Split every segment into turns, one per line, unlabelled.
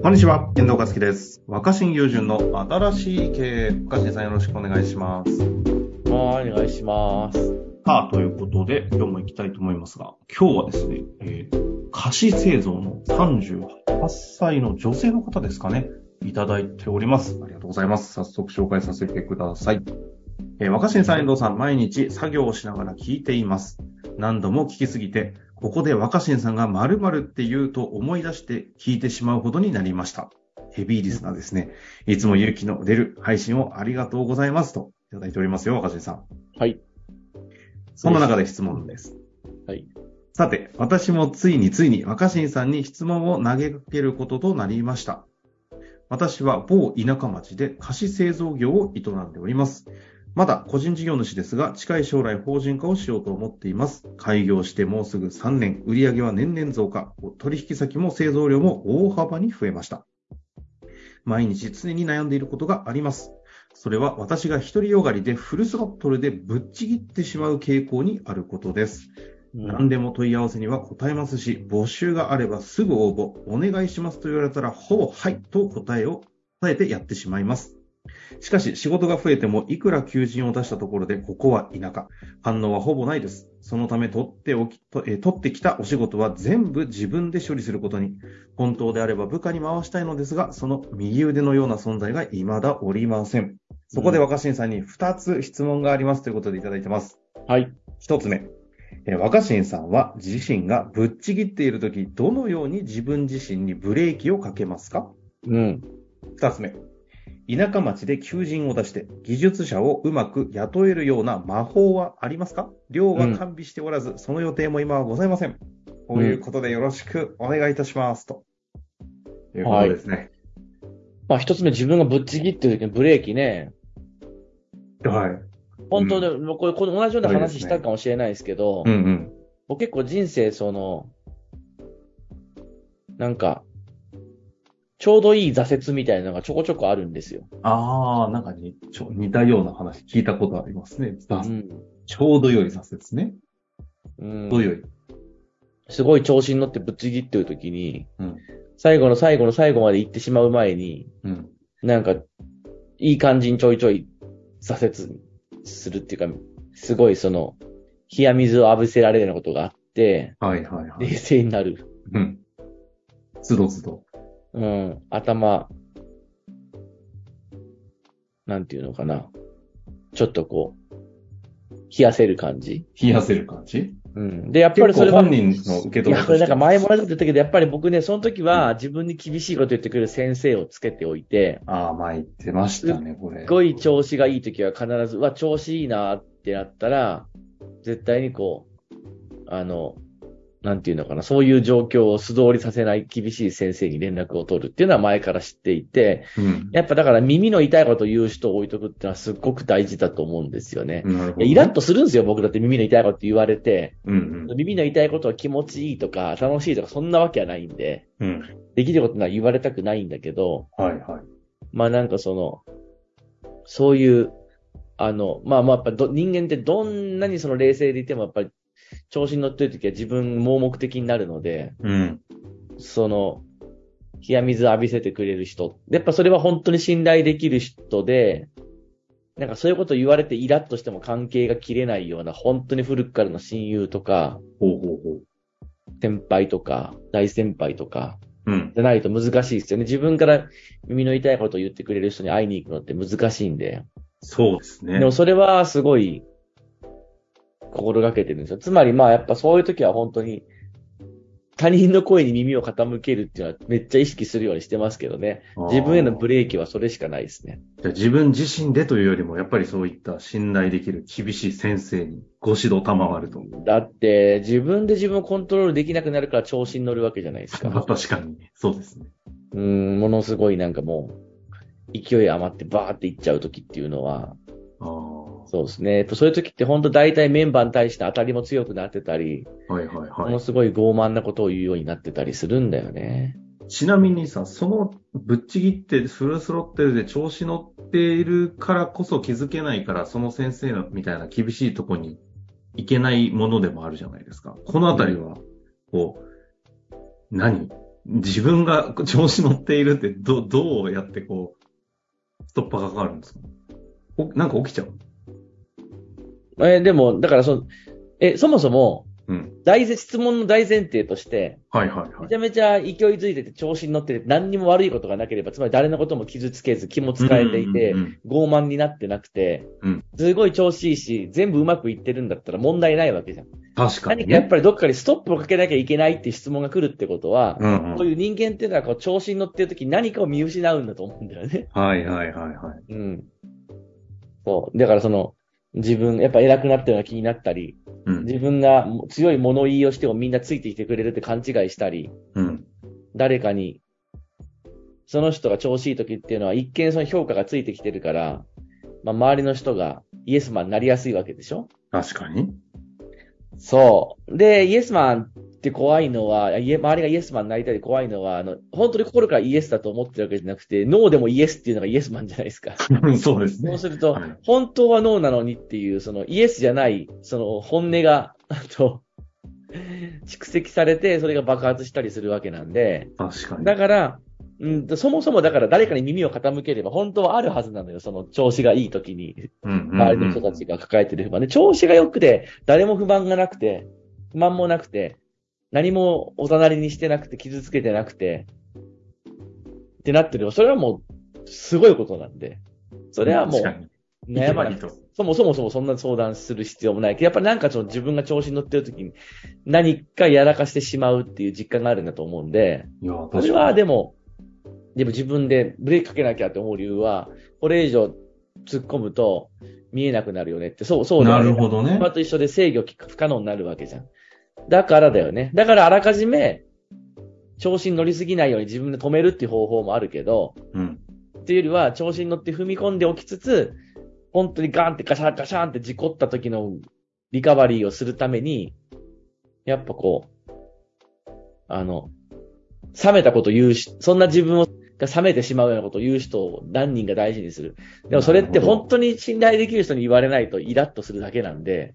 こんにちは、遠藤和樹です。若新友人の新しい経営。若新さんよろしくお願いします。
はい、お願いします。
さあ、ということで、今日も行きたいと思いますが、今日はですね、菓子製造の38歳の女性の方ですかね、いただいております。ありがとうございます。早速紹介させてください。若新さん、遠藤さん、毎日作業をしながら聞いています。何度も聞きすぎて、ここで若新さんが〇〇って言うと思い出して聞いてしまうほどになりました。ヘビーリスナーですね。いつも勇気の出る配信をありがとうございますといただいておりますよ、若新さん。
はい。
そんな中で質問です。
はい。
さて、私もついに若新さんに質問を投げかけることとなりました。私は某田舎町で菓子製造業を営んでおります。まだ個人事業主ですが、近い将来法人化をしようと思っています。開業してもうすぐ3年、売上は年々増加、取引先も製造量も大幅に増えました。毎日常に悩んでいることがあります。それは私が独りよがりでフルスロットルでぶっちぎってしまう傾向にあることです。何でも問い合わせには答えますし、募集があればすぐ応募、お願いしますと言われたらほぼはいと答えてやってしまいます。しかし仕事が増えてもいくら求人を出したところでここは田舎。反応はほぼないです。そのため取ってきたお仕事は全部自分で処理することに。本当であれば部下に回したいのですが、その右腕のような存在が未だおりません。そこで若新さんに2つ質問がありますということでいただいてます。
はい。
1つ目。若新さんは自身がぶっちぎっているとき、どのように自分自身にブレーキをかけますか？2つ目。田舎町で求人を出して技術者をうまく雇えるような魔法はありますか？量は完備しておらず、その予定も今はございません。こういうことでよろしくお願いいたします。ということですね。
まあ一つ目、自分がぶっちぎってる時のブレーキね。
はい。
本当で、これ同じような話したかもしれないですけど、僕結構人生なんか、ちょうどいい挫折みたいなのがちょこちょこあるんですよ。
なんか似たような話聞いたことありますね。ちょうど良い挫折ね。ちょうど良い。
すごい調子に乗ってぶっちぎってる時に、最後の最後まで行ってしまう前に、なんか、いい感じにちょいちょい挫折するっていうか、すごい冷や水を浴びせられるようなことがあって、冷静になる。
つどつど。
頭、なんていうのかな。ちょっと冷やせる感じ。
冷やせる感じ？
で、やっぱりそれは。
本人の受け止めとして。
これなんか前も同じこと言ったけど、やっぱり僕ね、その時は自分に厳しいこと言ってくれる先生をつけておいて。
言ってましたね、これ。
すっごい調子がいい時は必ず、調子いいなってなったら、絶対になんていうのかな、そういう状況を素通りさせない厳しい先生に連絡を取るっていうのは前から知っていて、やっぱだから耳の痛いことを言う人を置いとくっていうのはすっごく大事だと思うんですよね。イラッとするんですよ、僕だって耳の痛いこと言われて。耳の痛いことは気持ちいいとか楽しいとかそんなわけはないんで、できることは言われたくないんだけど、まあなんかそういう、やっぱ人間ってどんなに冷静でいてもやっぱり調子に乗ってるときは自分盲目的になるので、冷や水浴びせてくれる人。やっぱそれは本当に信頼できる人で、なんかそういうこと言われてイラッとしても関係が切れないような本当に古くからの親友とか、先輩とか、大先輩とか、じゃないと難しいですよね。自分から耳の痛いことを言ってくれる人に会いに行くのって難しいんで。
そうですね。
でもそれはすごい、心がけてるんですよ。つまりやっぱそういう時は本当に他人の声に耳を傾けるっていうのはめっちゃ意識するようにしてますけどね。自分へのブレーキはそれしかないですね。
じゃあ自分自身でというよりもやっぱりそういった信頼できる厳しい先生にご指導賜ると。
だって自分で自分をコントロールできなくなるから調子に乗るわけじゃないですか。
確かに。そうですね。
ものすごいなんかもう勢い余ってバーっていっちゃう時っていうのは、そうですね。そういう時って本当大体メンバーに対して当たりも強くなってたり、ものすごい傲慢なことを言うようになってたりするんだよね。
ちなみにさ、そのぶっちぎってフルスロットルで調子乗っているからこそ気づけないから、その先生のみたいな厳しいとこに行けないものでもあるじゃないですか。このあたりは、 自分が調子乗っているってどうやってこう、ストッパーがかかるんですか？なんか起きちゃう？
でも、だからそもそも、
うん。
質問の大前提として、
はいはいはい。
めちゃめちゃ勢いづいてて調子に乗ってて何にも悪いことがなければ、つまり誰のことも傷つけず気も使えていて、傲慢になってなくて、すごい調子いいし、全部うまくいってるんだったら問題ないわけじゃん。
確かに、ね。
何かやっぱりどっかにストップをかけなきゃいけないっていう質問が来るってことは、こういう人間っていうのはこう調子に乗ってる時に何かを見失うんだと思うんだよね。
はいはいはいはい。
うん。そう。だから自分、やっぱ偉くなってるのが気になったり、自分が強い物言いをしてもみんなついてきてくれるって勘違いしたり、誰かに、その人が調子いい時っていうのは一見その評価がついてきてるから、周りの人がイエスマンになりやすいわけでしょ？
確かに。
そう。で、イエスマンって怖いのは、周りがイエスマンになりたいで怖いのは、本当に心からイエスだと思ってるわけじゃなくて、ノーでもイエスっていうのがイエスマンじゃないですか。
そうですね。
そうすると、本当はノーなのにっていう、イエスじゃない、本音が、蓄積されて、それが爆発したりするわけなんで。
確かに。
だから、そもそもだから誰かに耳を傾ければ本当はあるはずなのよ。調子がいい時に。周りの人たちが抱えてる不満で、調子が良くて、誰も不満がなくて、不満もなくて、何もおざなりにしてなくて、傷つけてなくて、ってなってるよ。それはもう、すごいことなんで。それはもう、悩まない。そもそもそんな相談する必要もないけど、やっぱりなんか自分が調子に乗ってる時に何かやらかしてしまうっていう実感があるんだと思うんで、それはでも自分でブレーキかけなきゃって思う理由は、これ以上突っ込むと見えなくなるよねって、そうだよね。
なるほどね。
今と一緒で制御不可能になるわけじゃん。だからだよね。だからあらかじめ調子に乗りすぎないように自分で止めるっていう方法もあるけど、っていうよりは調子に乗って踏み込んでおきつつ、本当にガーンってガシャーンって事故った時のリカバリーをするために、やっぱ冷めたこと言うし、そんな自分が冷めてしまうようなことを言う人を何人が大事にする。でもそれって本当に信頼できる人に言われないとイラッとするだけなんで。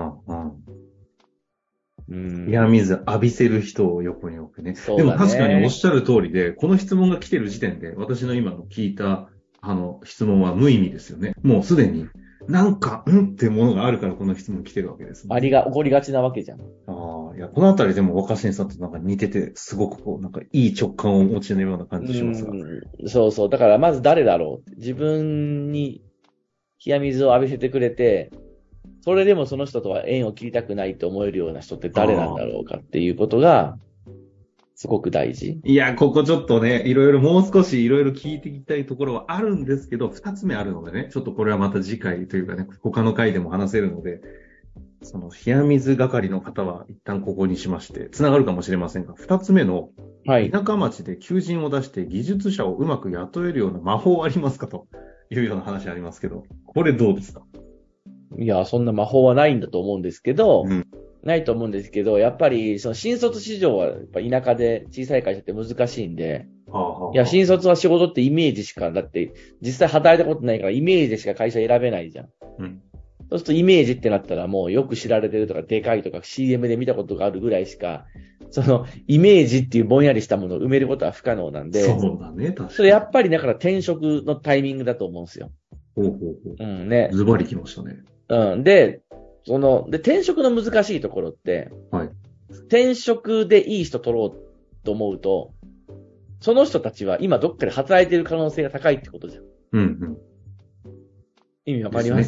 いや、水浴びせる人を横に置くね。でも確かにおっしゃる通りで、この質問が来てる時点で、私の今の聞いた、質問は無意味ですよね。もうすでに、なんか、ってものがあるからこの質問来てるわけです、ね。
起こりがちなわけじゃん。
いや、このあたりでも若新さんとなんか似てて、すごくなんかいい直感をお持ちのような感じしますが。
そう。だからまず誰だろう。自分に冷や水を浴びせてくれて、それでもその人とは縁を切りたくないと思えるような人って誰なんだろうかっていうことが、すごく大事。
いや、ここちょっとね、もう少しいろいろ聞いていきたいところはあるんですけど、二つ目あるのでね、ちょっとこれはまた次回というかね、他の回でも話せるので、冷や水係の方は一旦ここにしまして、つながるかもしれませんが、二つ目の、田舎町で求人を出して技術者をうまく雇えるような魔法ありますかというような話ありますけど、これどうですか？
いや、そんな魔法はないんだと思うんですけど、ないと思うんですけど、やっぱり、新卒市場は、やっぱ田舎で小さい会社って難しいんで、いや、新卒は仕事ってイメージしか、だって、実際働いたことないからイメージでしか会社選べないじゃん。そうするとイメージってなったらもうよく知られてるとか、でかいとか CM で見たことがあるぐらいしか、イメージっていうぼんやりしたものを埋めることは不可能なんで、
そうだね、確かに。
それやっぱりだから転職のタイミングだと思うんですよ。ね。
ズバリ来ましたね。
で、転職の難しいところって、転職でいい人取ろうと思うと、その人たちは今どっかで働いている可能性が高いってことじゃん。意味わかります？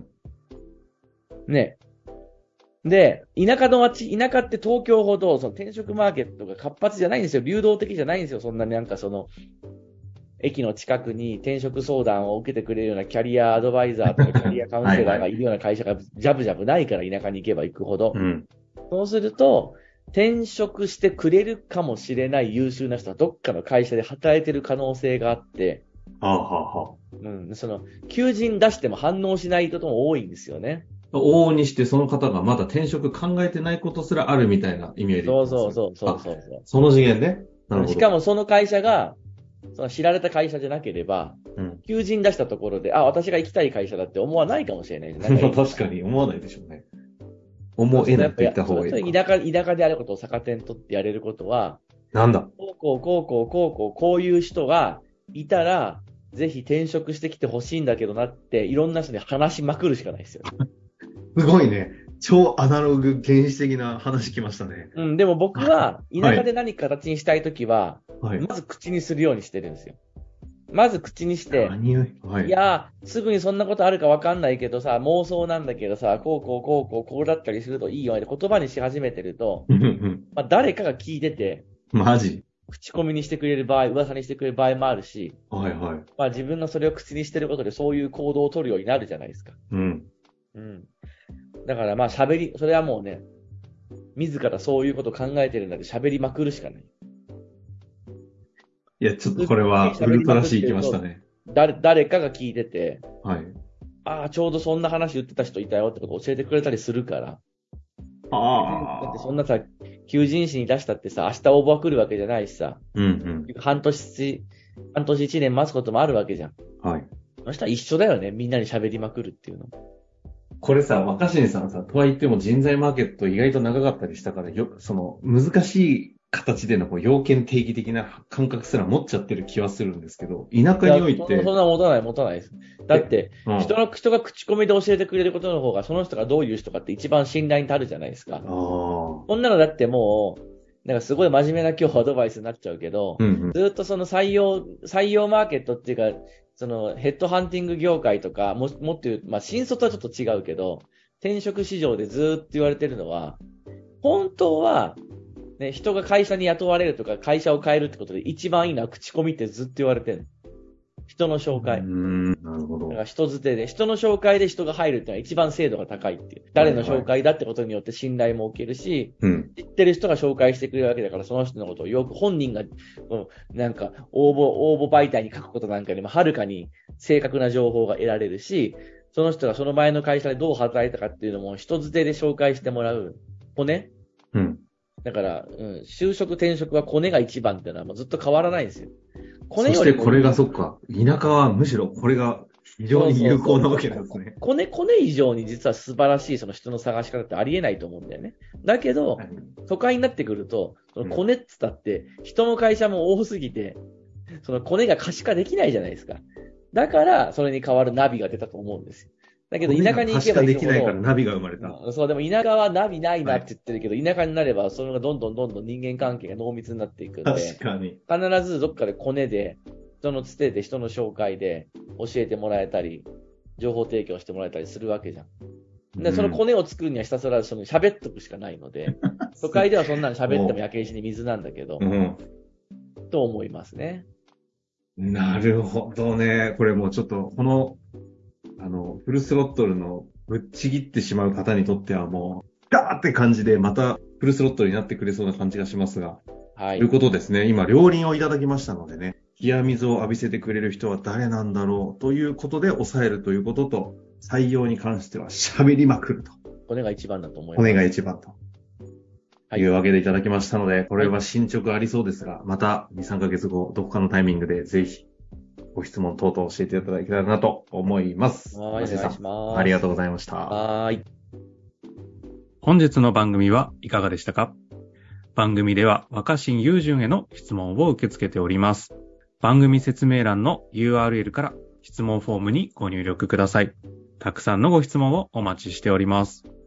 ね。で、田舎って東京ほど転職マーケットが活発じゃないんですよ。流動的じゃないんですよ。そんなに駅の近くに転職相談を受けてくれるようなキャリアアドバイザーとかキャリアカウンセラーがいるような会社がジャブジャブないから田舎に行けば行くほど。そうすると、転職してくれるかもしれない優秀な人はどっかの会社で働いてる可能性があって、求人出しても反応しない人も多いんですよね。
往々にしてその方がまだ転職考えてないことすらあるみたいな意味合いで。
そう。
その次元ね。
しかもその会社が、知られた会社じゃなければ、求人出したところで、私が行きたい会社だって思わないかもしれない。
確かに思わないでしょうね。思えないと言った方がいい。
田舎であることを逆手に取ってやれることは、
なんだ
こういう人がいたら、ぜひ転職してきてほしいんだけどなって、いろんな人に話しまくるしかないですよね。
すごいね。超アナログ原始的な話きましたね。
うん、でも僕は、田舎で何か形にしたいときは、
はい、
まず口にするようにしてるんですよ。まず口にして、はい、いやー、すぐにそんなことあるかわかんないけどさ、妄想なんだけどさ、こうだったりするといいよねって言葉にし始めてると、まあ、誰かが聞いてて、
マジ
口コミにしてくれる場合、噂にしてくれる場合もあるし、
はいはい。
まあ自分がそれを口にしてることでそういう行動を取るようになるじゃないですか。
うん。
うん。だからまあそれはもうね、自らそういうことを考えてるんだって喋りまくるしかない。
いや、ちょっとこれはウルトラ C 行きましたね。
誰かが聞いてて、
はい。
ああ、ちょうどそんな話言ってた人いたよってことを教えてくれたりするから。だってそんなさ、求人誌に出したってさ、明日応募は来るわけじゃないしさ。半年一年待つこともあるわけじゃん。
はい。
そしたら一緒だよね。みんなに喋りまくるっていうの。
これさ、若新さんさ、とはいっても人材マーケット意外と長かったりしたから、その難しい形でのこう要件定義的な感覚すら持っちゃってる気はするんですけど、田舎において。
そんな持たないです。だって、人が口コミで教えてくれることの方が、その人がどういう人かって一番信頼に足るじゃないですか。こんなのだってもう、なんかすごい真面目な今日アドバイスになっちゃうけど、ずっとその採用マーケットっていうか、そのヘッドハンティング業界とか、もっと言う、まあ新卒はちょっと違うけど、転職市場でずっと言われてるのは、本当は、ね、人が会社に雇われるとか会社を変えるってことで一番いいのは口コミってずっと言われてる。人の紹介。
なるほど。
だから人づてで、人の紹介で人が入るっていうのは一番精度が高いっていう。誰の紹介だってことによって信頼も受けるし、知ってる人が紹介してくれるわけだから、その人のことをよく本人が、なんか応募媒体に書くことなんかにもはるかに正確な情報が得られるし、その人がその前の会社でどう働いたかっていうのも人づてで紹介してもらう。骨だから、就職転職はコネが一番っていうのはもうずっと変わらないんですよ。
そしてこれがそっか、田舎はむしろこれが非常に有効なわけなんですね。
コネ以上に実は素晴らしいその人の探し方ってありえないと思うんだよね。だけど、都会になってくると、そのコネって言ったって人の会社も多すぎて、そのコネが可視化できないじゃないですか。だから、それに代わるナビが出たと思うんですよ。だけど田舎に行けば
できないからナビが生まれた。
そう、でも田舎はナビないなって言ってるけど、田舎になればそれがどんどん人間関係が濃密になっていくんで、
確かに。
必ずどっかでコネで、人のつてで人の紹介で教えてもらえたり、情報提供してもらえたりするわけじゃん。で、そのコネを作るにはひたすらその喋っとくしかないので、都会ではそんなの喋っても焼け石に水なんだけど、と思いますね。
なるほどね。これもうちょっと、フルスロットルのぶっちぎってしまう方にとってはもう、ガーって感じでまたフルスロットルになってくれそうな感じがしますが。はい。ということですね。今、両輪をいただきましたのでね、冷や水を浴びせてくれる人は誰なんだろうということで抑えるということと、採用に関しては喋りまくると。
骨が一番だと思います。
骨が一番と。はい。いうわけでいただきましたので、これは進捗ありそうですが、また2、3ヶ月後、どこかのタイミングでぜひ、ご質問等々教えていただけたらなと思います。
はい、お願いします。
ありがとうございました。
はい。
本日の番組はいかがでしたか？番組では若新雄純への質問を受け付けております。番組説明欄の URL から質問フォームにご入力ください。たくさんのご質問をお待ちしております。